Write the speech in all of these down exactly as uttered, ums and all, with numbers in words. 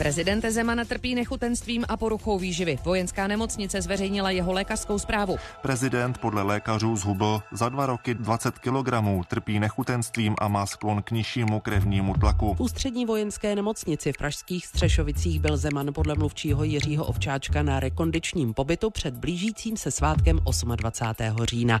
Prezident Zeman trpí nechutenstvím a poruchou výživy. Vojenská nemocnice zveřejnila jeho lékařskou zprávu. Prezident podle lékařů zhubl za dva roky dvacet kilogramů, trpí nechutenstvím a má sklon k nižšímu krevnímu tlaku. V ústřední vojenské nemocnici v pražských Střešovicích byl Zeman podle mluvčího Jiřího Ovčáčka na rekondičním pobytu před blížícím se svátkem dvacátého osmého října.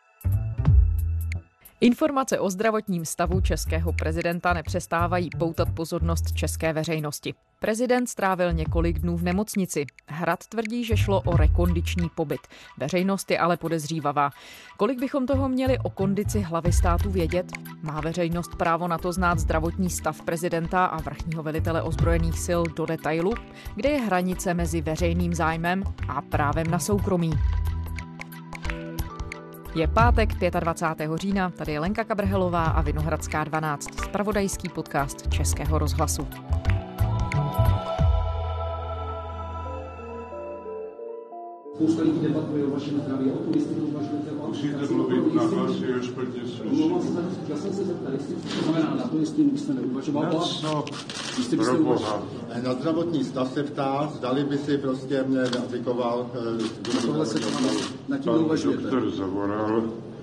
Informace o zdravotním stavu českého prezidenta nepřestávají poutat pozornost české veřejnosti. Prezident strávil několik dnů v nemocnici. Hrad tvrdí, že šlo o rekondiční pobyt. Veřejnost je ale podezřívavá. Kolik bychom toho měli o kondici hlavy státu vědět? Má veřejnost právo na to znát zdravotní stav prezidenta a vrchního velitele ozbrojených sil do detailu? Kde je hranice mezi veřejným zájmem a právem na soukromí? Je pátek dvacátého pátého října, tady je Lenka Kabrhelová a Vinohradská dvanáct, zpravodajský podcast Českého rozhlasu. Spousta lidí debatuje o vašem zdraví, o tom, jestli to uvažujete o... Musíte mluvit na hlas, je špatně slyšet. Já jsem se zeptal, jestli to znamená na to, jestli byste neuvažoval. No, pro boha. Na zdravotní stav se ptá, zdali by si prostě mě aplikoval... Tohle se na tím Pan neuvažujete. doktor Zavoral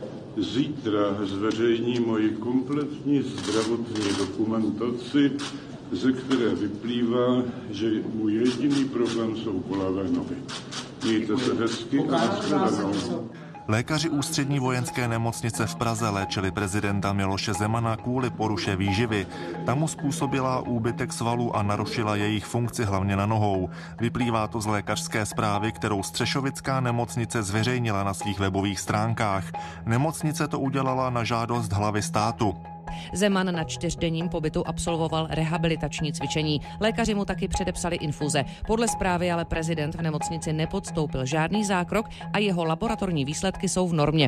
zítra zveřejní moji kompletní zdravotní dokumentaci, ze které vyplývá, že můj jediný problém jsou kulavé nohy. Mějte se hezky a nashledanou. Lékaři ústřední vojenské nemocnice v Praze léčili prezidenta Miloše Zemana kvůli poruše výživy. Ta mu způsobila úbytek svalů a narušila jejich funkci hlavně na nohou. Vyplývá to z lékařské zprávy, kterou Střešovická nemocnice zveřejnila na svých webových stránkách. Nemocnice to udělala na žádost hlavy státu. Zeman na čtyřdenním pobytu absolvoval rehabilitační cvičení. Lékaři mu taky předepsali infuze. Podle zprávy ale prezident v nemocnici nepodstoupil žádný zákrok a jeho laboratorní výsledky jsou v normě.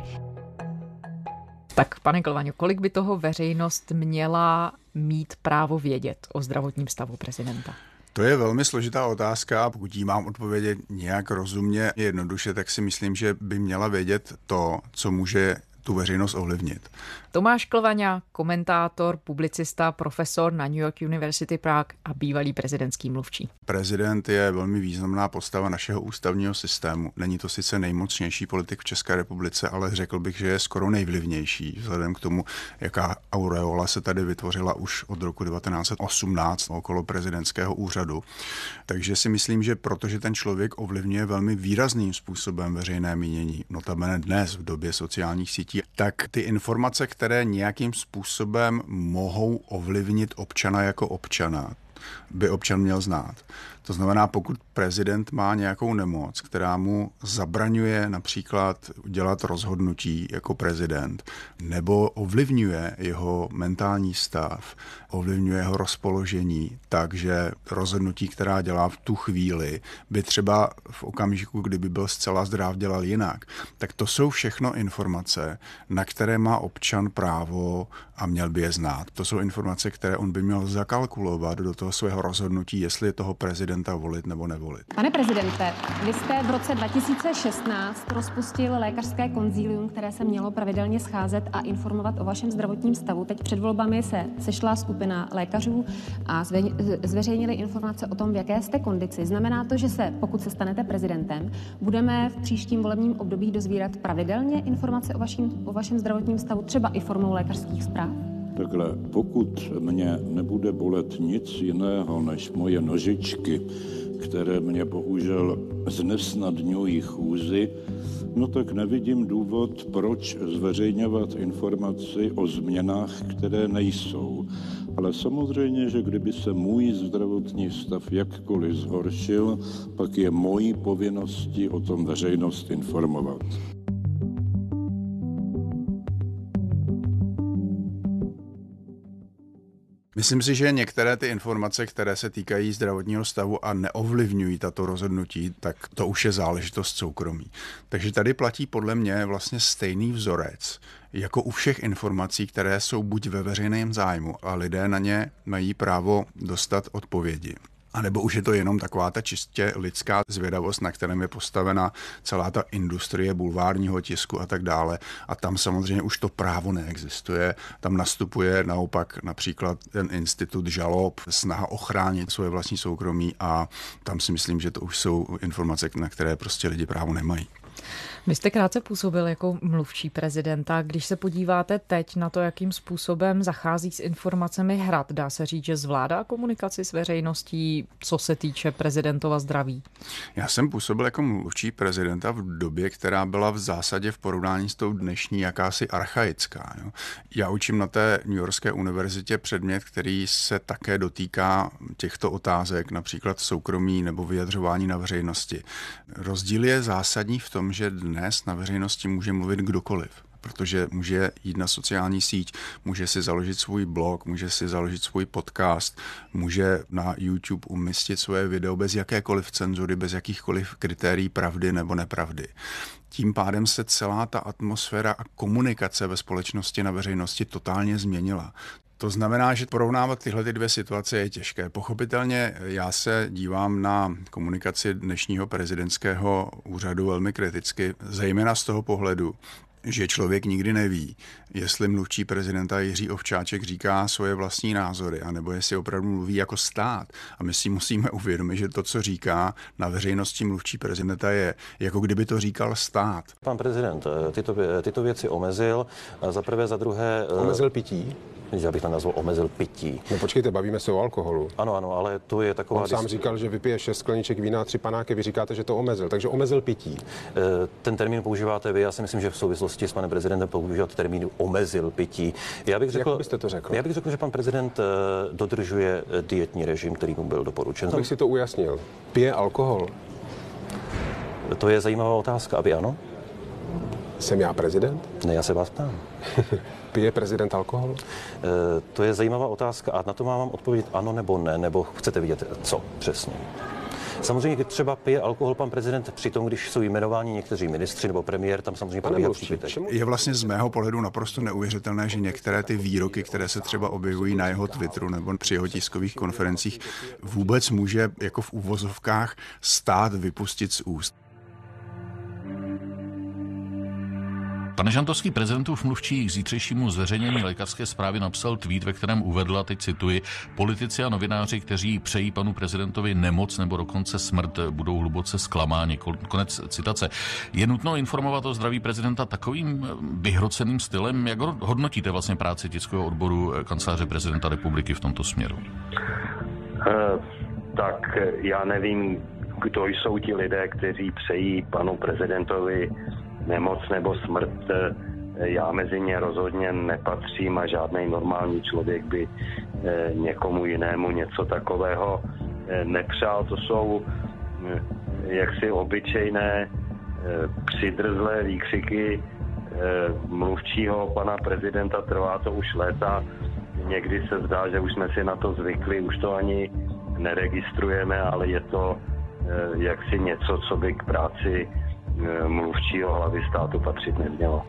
Tak, pane Glvaňo, kolik by toho veřejnost měla mít právo vědět o zdravotním stavu prezidenta? To je velmi složitá otázka a pokud jí mám odpovědět nějak rozumně jednoduše, tak si myslím, že by měla vědět to, co může tu veřejnost ovlivnit. Tomáš Klvaňa, komentátor, publicista, profesor na New York University Prague a bývalý prezidentský mluvčí. Prezident je velmi významná postava našeho ústavního systému. Není to sice nejmocnější politik v České republice, ale řekl bych, že je skoro nejvlivnější, vzhledem k tomu, jaká aureola se tady vytvořila už od roku devatenáct set osmnáct okolo prezidentského úřadu. Takže si myslím, že protože ten člověk ovlivňuje velmi výrazným způsobem veřejné mínění, notabene dnes v době sociálních sítí, tak ty informace, které nějakým způsobem mohou ovlivnit občana jako občana, by občan měl znát. To znamená, pokud prezident má nějakou nemoc, která mu zabraňuje například dělat rozhodnutí jako prezident, nebo ovlivňuje jeho mentální stav, ovlivňuje jeho rozpoložení, takže rozhodnutí, která dělá v tu chvíli, by třeba v okamžiku, kdyby byl zcela zdrav, dělal jinak. Tak to jsou všechno informace, na které má občan právo a měl by je znát. To jsou informace, které on by měl zakalkulovat do toho svého rozhodnutí, jestli je toho prezidenta volit nebo nevolit. Pane prezidente, vy jste v roce dva tisíce šestnáct rozpustil lékařské konzílium, které se mělo pravidelně scházet a informovat o vašem zdravotním stavu. Teď před volbami se sešla skupina lékařů a zveřejnili informace o tom, v jaké jste kondici. Znamená to, že se, pokud se stanete prezidentem, budeme v příštím volebním období dozvídat pravidelně informace o vašem, o vašem zdravotním stavu, třeba i formou lékařských zpráv? Takhle, pokud mě nebude bolet nic jiného než moje nožičky, které mě bohužel znesnadňují chůzi, no tak nevidím důvod, proč zveřejňovat informaci o změnách, které nejsou. Ale samozřejmě, že kdyby se můj zdravotní stav jakkoliv zhoršil, pak je mojí povinností o tom veřejnost informovat. Myslím si, že některé ty informace, které se týkají zdravotního stavu a neovlivňují tato rozhodnutí, tak to už je záležitost soukromí. Takže tady platí podle mě vlastně stejný vzorec, jako u všech informací, které jsou buď ve veřejném zájmu a lidé na ně mají právo dostat odpovědi. A nebo už je to jenom taková ta čistě lidská zvědavost, na kterém je postavena celá ta industrie bulvárního tisku a tak dále. A tam samozřejmě už to právo neexistuje. Tam nastupuje naopak například ten institut žalob, snaha ochránit svoje vlastní soukromí a tam si myslím, že to už jsou informace, na které prostě lidi právo nemají. Vy jste krátce působil jako mluvčí prezidenta. Když se podíváte teď na to, jakým způsobem zachází s informacemi Hrad, dá se říct, že zvládá komunikaci s veřejností, co se týče prezidentova zdraví? Já jsem působil jako mluvčí prezidenta v době, která byla v zásadě v porovnání s tou dnešní jakási archaická. Jo. Já učím na té New Yorkské univerzitě předmět, který se také dotýká těchto otázek, například soukromí nebo vyjadřování na veřejnosti. Rozdíl je zásadní v tom, že dnes na veřejnosti může mluvit kdokoliv, protože může jít na sociální síť, může si založit svůj blog, může si založit svůj podcast, může na YouTube umístit svoje video bez jakékoliv cenzury, bez jakýchkoliv kritérií pravdy nebo nepravdy. Tím pádem se celá ta atmosféra a komunikace ve společnosti na veřejnosti totálně změnila. To znamená, že porovnávat tyhle ty dvě situace je těžké. Pochopitelně já se dívám na komunikaci dnešního prezidentského úřadu velmi kriticky, zejména z toho pohledu, že člověk nikdy neví, jestli mluvčí prezidenta Jiří Ovčáček říká svoje vlastní názory, anebo jestli opravdu mluví jako stát. A my si musíme uvědomit, že to, co říká na veřejnosti mluvčí prezidenta, je, jako kdyby to říkal stát. Pan prezident tyto, tyto věci omezil. Za prvé, za druhé... Omezil pití? Já bych to nazval omezil pití. No počkejte, bavíme se o alkoholu. Ano, ano, ale to je taková... On sám říkal, že vypije šest skleniček vína a tři panáky, vy říkáte, že to omezil, takže omezil pití. Ten termín používáte vy, já si myslím, že v souvislosti s panem prezidentem používat termín omezil pití. Já bych řekl, Jak byste to řekl? Já bych řekl, že pan prezident dodržuje dietní režim, který mu byl doporučen. Abych si to ujasnil. Pije alkohol? To je zajímavá otázka, aby ano? Jsem já prezident? Ne, já se vás ptám. Pije prezident alkohol? E, to je zajímavá otázka a na to mám odpovědět ano nebo ne, nebo chcete vidět co přesně. Samozřejmě, když třeba pije alkohol pan prezident při tom, když jsou jmenováni někteří ministři nebo premiér, tam samozřejmě probíhá přípitek. Je vlastně z mého pohledu naprosto neuvěřitelné, že některé ty výroky, které se třeba objevují na jeho Twitteru nebo při jeho tiskových konferencích, vůbec může jako v uvozovkách stát vypustit z úst. Pane Žantovský, prezidentův mluvčí k zítřejšímu zveřejnění lékařské zprávy napsal tweet, ve kterém uvedl, a teď cituji, politici a novináři, kteří přejí panu prezidentovi nemoc nebo dokonce smrt, budou hluboce zklamáni. Konec citace. Je nutno informovat o zdraví prezidenta takovým vyhroceným stylem? Jak hodnotíte vlastně práci tiskového odboru kanceláře prezidenta republiky v tomto směru? Uh, tak já nevím, kdo jsou ti lidé, kteří přejí panu prezidentovi nemoc nebo smrt. Já mezi ně rozhodně nepatřím a žádný normální člověk by někomu jinému něco takového nepřál. To jsou jaksi obyčejné přidrzlé výkřiky mluvčího pana prezidenta. Trvá to už léta. Někdy se zdá, že už jsme si na to zvykli, už to ani neregistrujeme, ale je to jaksi něco, co by k práci mluvčího hlavy státu patřit nemělo.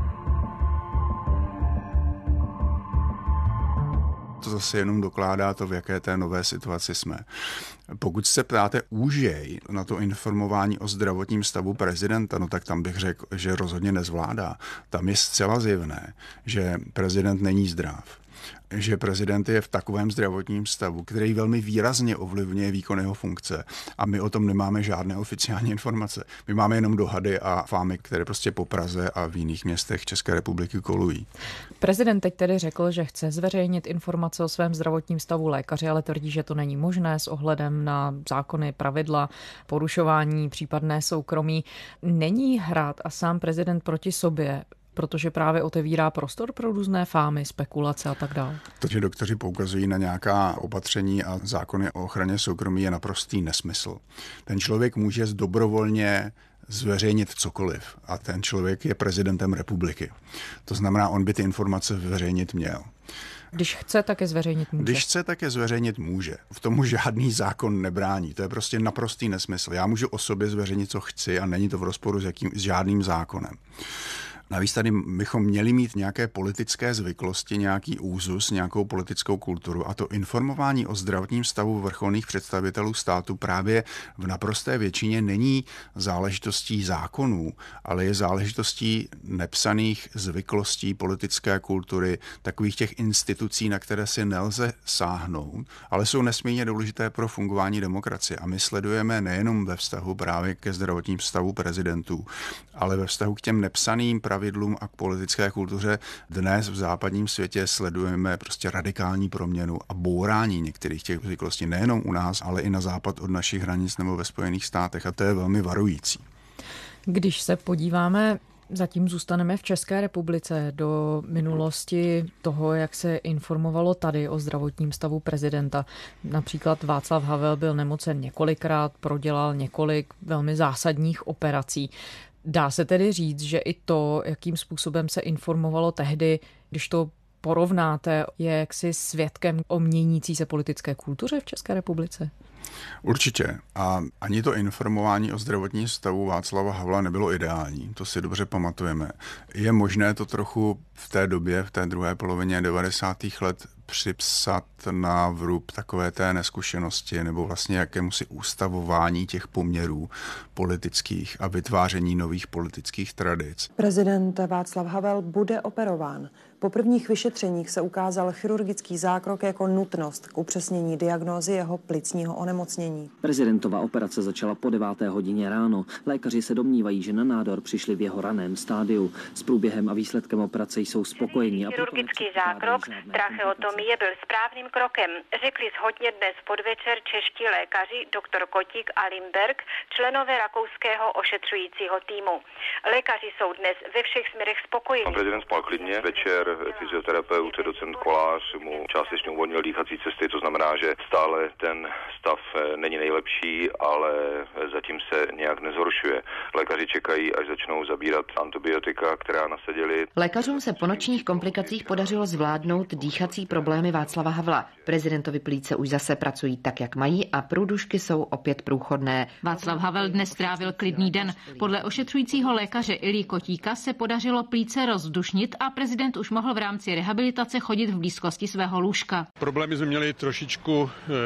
To zase jenom dokládá to, v jaké té nové situaci jsme. Pokud se ptáte úžej na to informování o zdravotním stavu prezidenta, no tak tam bych řekl, že rozhodně nezvládá. Tam je zcela zjevné, že prezident není zdrav. Že prezident je v takovém zdravotním stavu, který velmi výrazně ovlivňuje výkon jeho funkce a my o tom nemáme žádné oficiální informace. My máme jenom dohady a fámy, které prostě po Praze a v jiných městech České republiky kolují. Prezident teď tedy řekl, že chce zveřejnit informace o svém zdravotním stavu lékaři, ale tvrdí, že to není možné s ohledem na zákony, pravidla, porušování, případné soukromí. Není Hrad a sám prezident proti sobě, protože právě otevírá prostor pro různé fámy, spekulace a tak dále. To, že doktoři poukazují na nějaká opatření a zákony o ochraně soukromí, je naprostý nesmysl. Ten člověk může dobrovolně zveřejnit cokoliv a ten člověk je prezidentem republiky. To znamená, on by ty informace zveřejnit měl. Když chce, tak je zveřejnit může. Když chce, tak je zveřejnit může. V tomu žádný zákon nebrání. To je prostě naprostý nesmysl. Já můžu o sobě zveřejnit, co chci a není to v rozporu s, jakým, s žádným zákonem. Navíc tady bychom měli mít nějaké politické zvyklosti, nějaký úzus, nějakou politickou kulturu a to informování o zdravotním stavu vrcholných představitelů státu právě v naprosté většině není záležitostí zákonů, ale je záležitostí nepsaných zvyklostí politické kultury, takových těch institucí, na které si nelze sáhnout, ale jsou nesmírně důležité pro fungování demokracie. A my sledujeme nejenom ve vztahu právě ke zdravotním stavu prezidentů, ale ve vztahu k těm nepsaným pravidlům a k politické kultuře dnes v západním světě sledujeme prostě radikální proměnu a bourání některých těch zvyklostí nejenom u nás, ale i na západ od našich hranic nebo ve Spojených státech a to je velmi varující. Když se podíváme, zatím zůstaneme v České republice, do minulosti toho, jak se informovalo tady o zdravotním stavu prezidenta. Například Václav Havel byl nemocen několikrát, prodělal několik velmi zásadních operací. Dá se tedy říct, že i to, jakým způsobem se informovalo tehdy, když to porovnáte, je jaksi svědkem o měnící se politické kultuře v České republice? Určitě. A ani to informování o zdravotním stavu Václava Havla nebylo ideální. To si dobře pamatujeme. Je možné to trochu v té době, v té druhé polovině devadesátých let připsat na vrub takové té neskušenosti nebo vlastně jakémusi ústavování těch poměrů politických a vytváření nových politických tradic. Prezident Václav Havel bude operován. Po prvních vyšetřeních se ukázal chirurgický zákrok jako nutnost k upřesnění diagnózy jeho plicního onemocnění. Prezidentova operace začala po deváté hodině ráno. Lékaři se domnívají, že na nádor přišli v jeho raném stádiu. S průběhem a výsledkem operace jsou spokojení. Chirurgický zákrok tracheotomie byl správným krokem, řekli shodně dnes v podvečer čeští lékaři doktor Kotík a Limberg, členové rakouského ošetřujícího týmu. Lékaři jsou dnes ve všech směrech spokojení. Pan prezident spal klidně. Večer fyzioterapeut, docent Kolář mu částečně uvolnil dýchací cesty, to znamená, že stále ten stav není nejlepší, ale zatím se nějak nezhoršuje. Lékaři čekají, až začnou zabírat antibiotika, která nasadili. Lékařům se po nočních komplikacích podařilo zvládnout dýchací problémy Václava Havla. Prezidentovi plíce už zase pracují tak, jak mají a průdušky jsou opět průchodné. Václav Havel dnes strávil klidný den. Podle ošetřujícího lékaře Ilí Kotíka se podařilo plíce rozdušnit a prezident už mohl v rámci rehabilitace chodit v blízkosti svého lůžka. Problémy jsme měli trošičku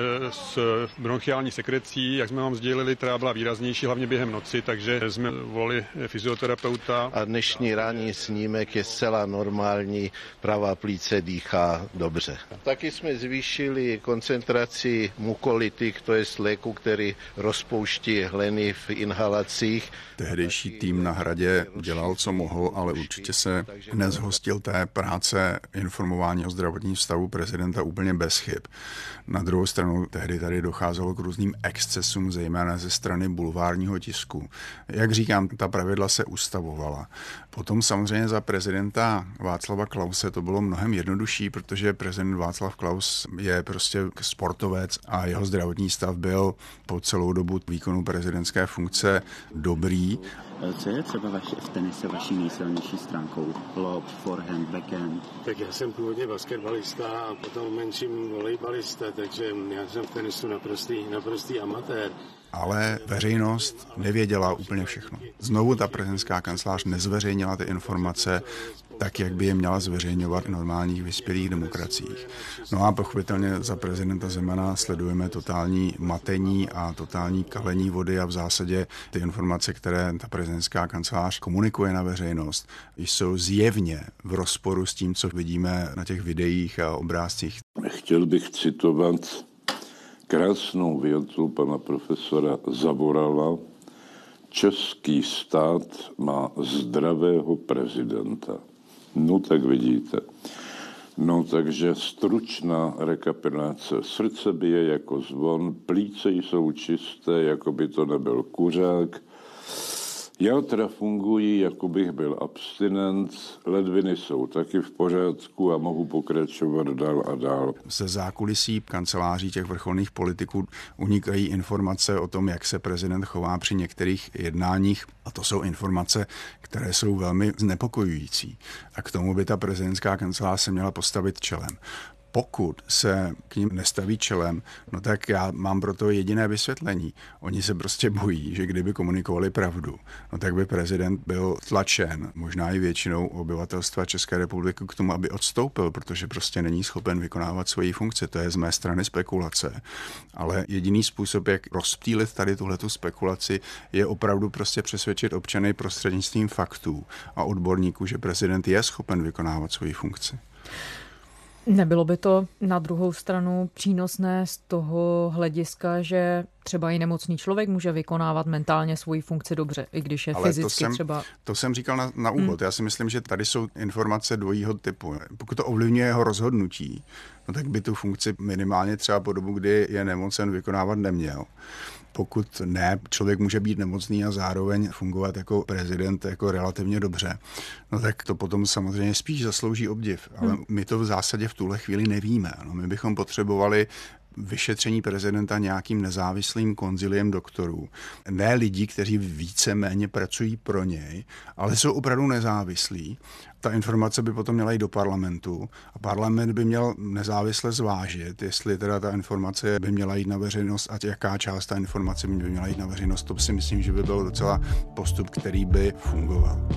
s bronchiální sekrecí, jak jsme vám sdělili, která byla výraznější, hlavně během noci, takže jsme volali fyzioterapeuta. A dnešní ranní snímek je zcela normální, pravá plíce dýchá dobře. Taky jsme zvýšili koncentraci mukolytik, to je léku, který rozpouští hleny v inhalacích. Tehdejší tým na Hradě dělal, co mohl, ale určitě se nezhostil té práce informování o zdravotním stavu prezidenta úplně bez chyb. Na druhou stranu tehdy tady docházelo k různým excesům, zejména ze strany bulvárního tisku. Jak říkám, ta pravidla se ustavovala. Potom samozřejmě za prezidenta Václava Klause to bylo mnohem jednodušší, protože prezident Václav Klaus je prostě sportovec a jeho zdravotní stav byl po celou dobu výkonu prezidentské funkce dobrý. Co je třeba vaši, v tenise vaší nejsilnější stránkou? Lob, forehand, backhand? Tak já jsem původně basketbalista a potom menším volejbalista, takže já jsem v tenisu naprostý, naprostý amatér. Ale veřejnost nevěděla úplně všechno. Znovu ta prezidentská kancelář nezveřejnila ty informace tak, jak by je měla zveřejňovat v normálních vyspělých demokraciích. No a pochopitelně za prezidenta Zemana sledujeme totální matení a totální kalení vody a v zásadě ty informace, které ta prezidentská kancelář komunikuje na veřejnost, jsou zjevně v rozporu s tím, co vidíme na těch videích a obrázcích. Chtěl bych citovat krásnou větu pana profesora Zavorala. Český stát má zdravého prezidenta. No tak vidíte. No takže stručná rekapitulace. Srdce bije jako zvon, plíce jsou čisté, jako by to nebyl kuřák. Játra fungují, jako bych byl abstinent, ledviny jsou taky v pořádku a mohu pokračovat dál a dál. Ze zákulisí kanceláří těch vrcholných politiků unikají informace o tom, jak se prezident chová při některých jednáních. A to jsou informace, které jsou velmi znepokojující. A k tomu by ta prezidentská kancelář se měla postavit čelem. Pokud se k ním nestaví čelem, no tak já mám pro to jediné vysvětlení. Oni se prostě bojí, že kdyby komunikovali pravdu, no tak by prezident byl tlačen, možná i většinou obyvatelstva České republiky k tomu, aby odstoupil, protože prostě není schopen vykonávat svoji funkci. To je z mé strany spekulace. Ale jediný způsob, jak rozptýlit tady tuhletu spekulaci, je opravdu prostě přesvědčit občany prostřednictvím faktů a odborníků, že prezident je schopen vykonávat svoji funkci. Nebylo by to na druhou stranu přínosné z toho hlediska, že třeba i nemocný člověk může vykonávat mentálně svoji funkci dobře, i když je Ale fyzicky to jsem, třeba... To jsem říkal na, na úvod. Hmm. Já si myslím, že tady jsou informace dvojího typu. Pokud to ovlivňuje jeho rozhodnutí, no tak by tu funkci minimálně třeba po dobu, kdy je nemocen, vykonávat neměl. Pokud ne, člověk může být nemocný a zároveň fungovat jako prezident jako relativně dobře, no tak to potom samozřejmě spíš zaslouží obdiv. Ale hmm. my to v zásadě v tuhle chvíli nevíme. No, my bychom potřebovali vyšetření prezidenta nějakým nezávislým konziliem doktorů. Ne lidí, kteří víceméně pracují pro něj, ale jsou opravdu nezávislí. Ta informace by potom měla jít do parlamentu a parlament by měl nezávisle zvážit, jestli teda ta informace by měla jít na veřejnost a jaká část ta informace by měla jít na veřejnost. To si myslím, že by byl docela postup, který by fungoval.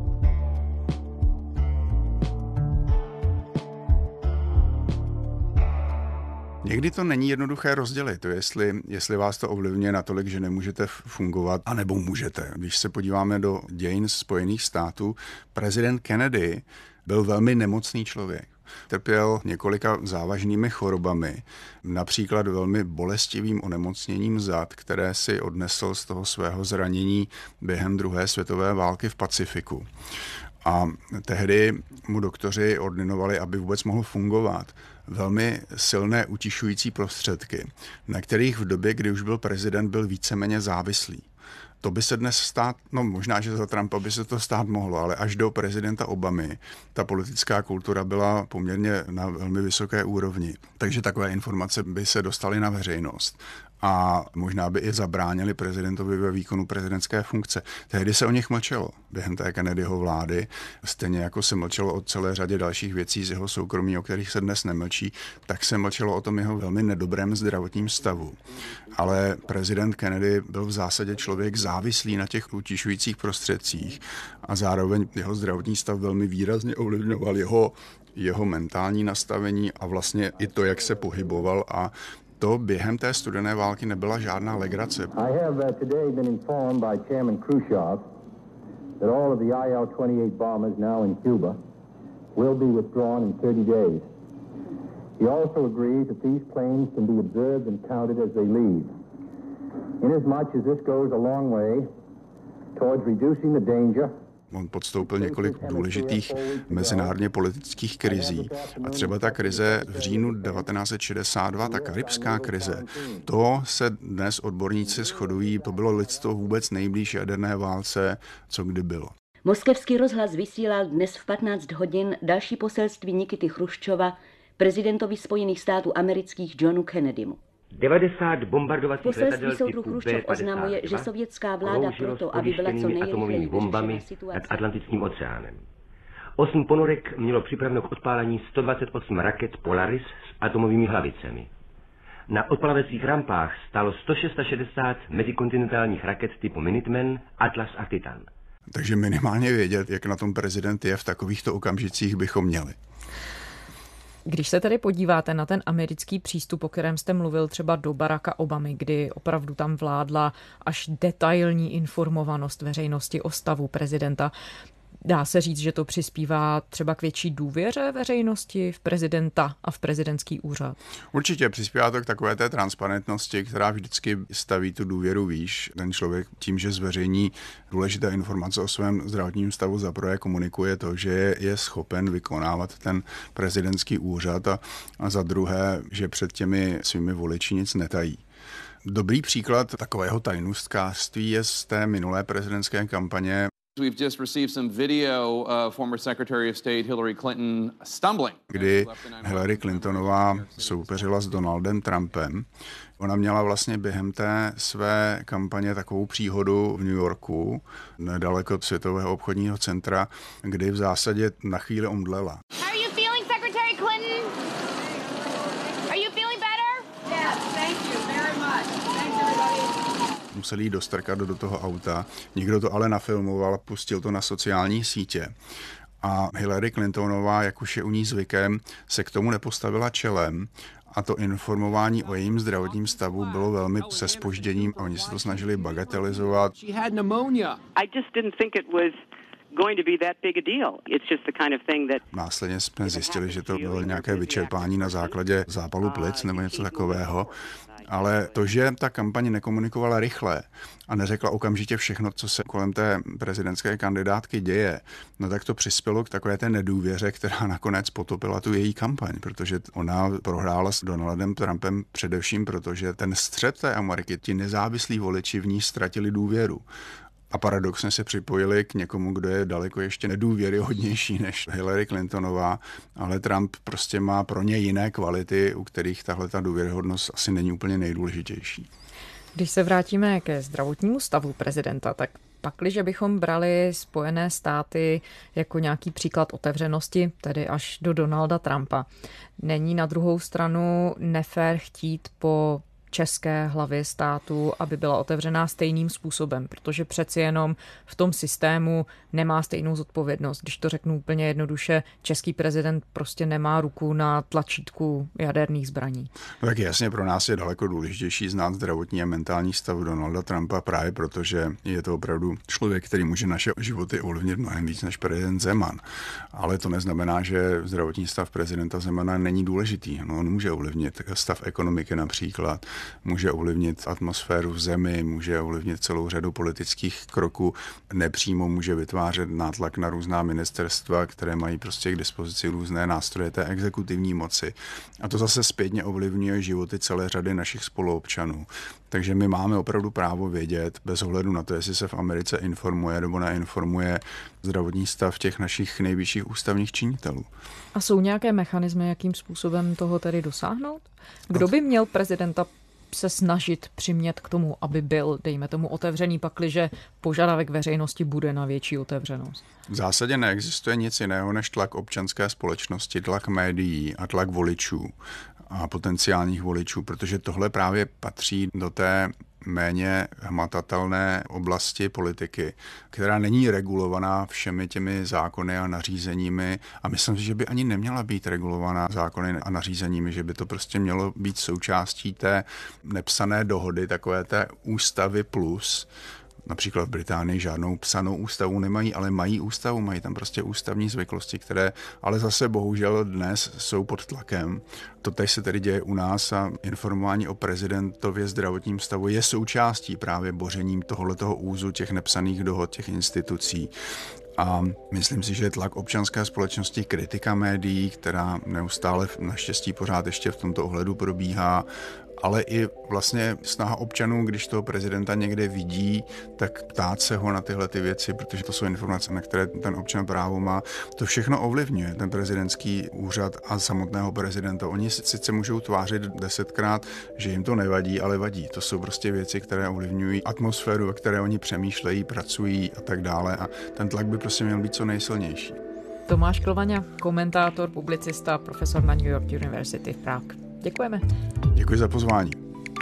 Někdy to není jednoduché rozdělit, to jestli, jestli vás to ovlivňuje natolik, že nemůžete fungovat, anebo můžete. Když se podíváme do dějin Spojených států, prezident Kennedy byl velmi nemocný člověk. Trpěl několika závažnými chorobami, například velmi bolestivým onemocněním zad, které si odnesl z toho svého zranění během druhé světové války v Pacifiku. A tehdy mu doktoři ordinovali, aby vůbec mohl fungovat, velmi silné utišující prostředky, na kterých v době, kdy už byl prezident, byl víceméně závislý. To by se dnes stát, no možná, že za Trumpa by se to stát mohlo, ale až do prezidenta Obamy ta politická kultura byla poměrně na velmi vysoké úrovni. Takže takové informace by se dostaly na veřejnost. A možná by i zabránili prezidentovi ve výkonu prezidentské funkce. Tehdy se o nich mlčelo během té Kennedyho vlády, stejně jako se mlčelo o celé řadě dalších věcí z jeho soukromí, o kterých se dnes nemlčí, tak se mlčelo o tom jeho velmi nedobrém zdravotním stavu. Ale prezident Kennedy byl v zásadě člověk závislý na těch utišujících prostředcích a zároveň jeho zdravotní stav velmi výrazně ovlivňoval jeho, jeho mentální nastavení a vlastně i to, jak se pohyboval, a to během té studené války nebyla žádná legrace. I have today been informed by Chairman Khrushchev that all of the I L twenty-eight bombers now in Cuba will be withdrawn in thirty days. He also agreed that these planes can be observed and counted as they leave. Inasmuch as this goes a long way towards reducing the danger. On podstoupil několik důležitých mezinárodně politických krizí. A třeba ta krize v říjnu devatenáct set šedesát dva, ta karibská krize, to se dnes odborníci shodují, to bylo lidstvo vůbec nejblíž jaderné válce, co kdy bylo. Moskevský rozhlas vysílal dnes v patnáct hodin další poselství Nikity Chruščova prezidentovi Spojených států amerických Johnu Kennedymu. devadesát bombardovacích letadel typu Chruščov oznamuje, že sovětská vláda proto, aby byla co nejrychleji bombami nad Atlantickým oceánem. Osm ponorek mělo připraveno k odpálení sto dvacet osm raket Polaris s atomovými hlavicemi. Na odpalovacích rampách stálo sto šedesát šest mezikontinentálních raket typu Minuteman, Atlas a Titan. Takže minimálně vědět, jak na tom prezident je, v takovýchto okamžicích bychom měli. Když se tedy podíváte na ten americký přístup, o kterém jste mluvil třeba do Baracka Obamy, kdy opravdu tam vládla až detailní informovanost veřejnosti o stavu prezidenta, dá se říct, že to přispívá třeba k větší důvěře veřejnosti v prezidenta a v prezidentský úřad? Určitě přispívá to k takové té transparentnosti, která vždycky staví tu důvěru výš. Ten člověk tím, že zveřejní důležité informace o svém zdravotním stavu, zaprvé komunikuje to, že je, je schopen vykonávat ten prezidentský úřad a, a za druhé, že před těmi svými voliči nic netají. Dobrý příklad takového tajnůstkářství je z té minulé prezidentské kampaně. We've just received some video of former Secretary of State Hillary Clinton stumbling. Kdy Hillary Clintonová soupeřila s Donaldem Trumpem. Ona měla vlastně během té své kampaně takovou příhodu v New Yorku, nedaleko od Světového obchodního centra, kdy v zásadě na chvíli omdlela. How are you feeling, Secretary Clinton? museli jít dostrkat do toho auta. Někdo to ale nafilmoval, pustil to na sociální sítě. A Hillary Clintonová, jak už je u ní zvykem, se k tomu nepostavila čelem. A to informování o jejím zdravotním stavu bylo velmi se zpožděním a oni se to snažili bagatelizovat. Následně jsme zjistili, že to bylo nějaké vyčerpání na základě zápalu plic nebo něco takového. Ale to, že ta kampaň nekomunikovala rychle a neřekla okamžitě všechno, co se kolem té prezidentské kandidátky děje, no tak to přispělo k takové té nedůvěře, která nakonec potopila tu její kampaň, protože ona prohrála s Donaldem Trumpem především proto, že ten střet té Ameriky, ti nezávislí voliči v ní ztratili důvěru. A paradoxně se připojili k někomu, kdo je daleko ještě nedůvěryhodnější než Hillary Clintonová, ale Trump prostě má pro ně jiné kvality, u kterých tahle ta důvěryhodnost asi není úplně nejdůležitější. Když se vrátíme ke zdravotnímu stavu prezidenta, tak pakliže bychom brali Spojené státy jako nějaký příklad otevřenosti, tedy až do Donalda Trumpa, není na druhou stranu nefér chtít po české hlavě státu, aby byla otevřená stejným způsobem, protože přeci jenom v tom systému nemá stejnou zodpovědnost. Když to řeknu úplně jednoduše, český prezident prostě nemá ruku na tlačítku jaderných zbraní. No tak jasně, pro nás je daleko důležitější znát zdravotní a mentální stav Donalda Trumpa právě protože je to opravdu člověk, který může naše životy ovlivnit mnohem víc než prezident Zeman. Ale to neznamená, že zdravotní stav prezidenta Zemana není důležitý. No, on může ovlivnit stav ekonomiky například, může ovlivnit atmosféru v zemi, může ovlivnit celou řadu politických kroků, nepřímo může vytvářet nátlak na různá ministerstva, které mají prostě k dispozici různé nástroje té exekutivní moci. A to zase zpětně ovlivňuje životy celé řady našich spoluobčanů. Takže my máme opravdu právo vědět, bez ohledu na to, jestli se v Americe informuje nebo neinformuje zdravotní stav těch našich nejvyšších ústavních činitelů. A jsou nějaké mechanismy, jakým způsobem toho tedy dosáhnout? Kdo by měl prezidenta se snažit přimět k tomu, aby byl, dejme tomu, otevřený, pakliže požadavek veřejnosti bude na větší otevřenost? V zásadě neexistuje nic jiného než tlak občanské společnosti, tlak médií a tlak voličů a potenciálních voličů, protože tohle právě patří do té méně hmatatelné oblasti politiky, která není regulovaná všemi těmi zákony a nařízeními a myslím si, že by ani neměla být regulovaná zákony a nařízeními, že by to prostě mělo být součástí té nepsané dohody, takové té ústavy plus. Například v Británii žádnou psanou ústavu nemají, ale mají ústavu, mají tam prostě ústavní zvyklosti, které ale zase bohužel dnes jsou pod tlakem. Totež se tedy děje u nás a informování o prezidentově zdravotním stavu je součástí právě bořením tohoto úzu těch nepsaných dohod, těch institucí. A myslím si, že tlak občanské společnosti, kritika médií, která neustále naštěstí pořád ještě v tomto ohledu probíhá, ale i vlastně snaha občanů, když toho prezidenta někde vidí, tak ptát se ho na tyhle ty věci, protože to jsou informace, na které ten občan právo má. To všechno ovlivňuje ten prezidentský úřad a samotného prezidenta. Oni sice můžou tvářit desetkrát, že jim to nevadí, ale vadí. To jsou prostě věci, které ovlivňují atmosféru, ve které oni přemýšlejí, pracují a tak dále. A ten tlak by prostě měl být co nejsilnější. Tomáš Klvaňa, komentátor, publicista, profesor na New York University v Prague. Děkujeme. Děkuji za pozvání.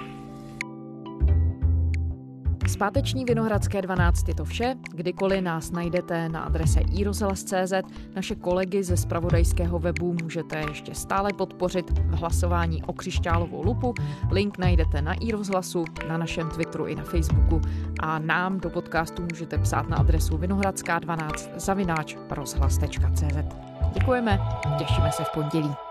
Z páteční Vinohradské dvanáct je to vše. Kdykoliv nás najdete na adrese i rozhlas tečka cé zet. Naše kolegy ze zpravodajského webu můžete ještě stále podpořit v hlasování o křišťálovou lupu. Link najdete na iRozhlasu, na našem Twitteru i na Facebooku. A nám do podcastu můžete psát na adresu vinohradská dvanáct zavináč rozhlas tečka cé zet. Děkujeme, těšíme se v pondělí.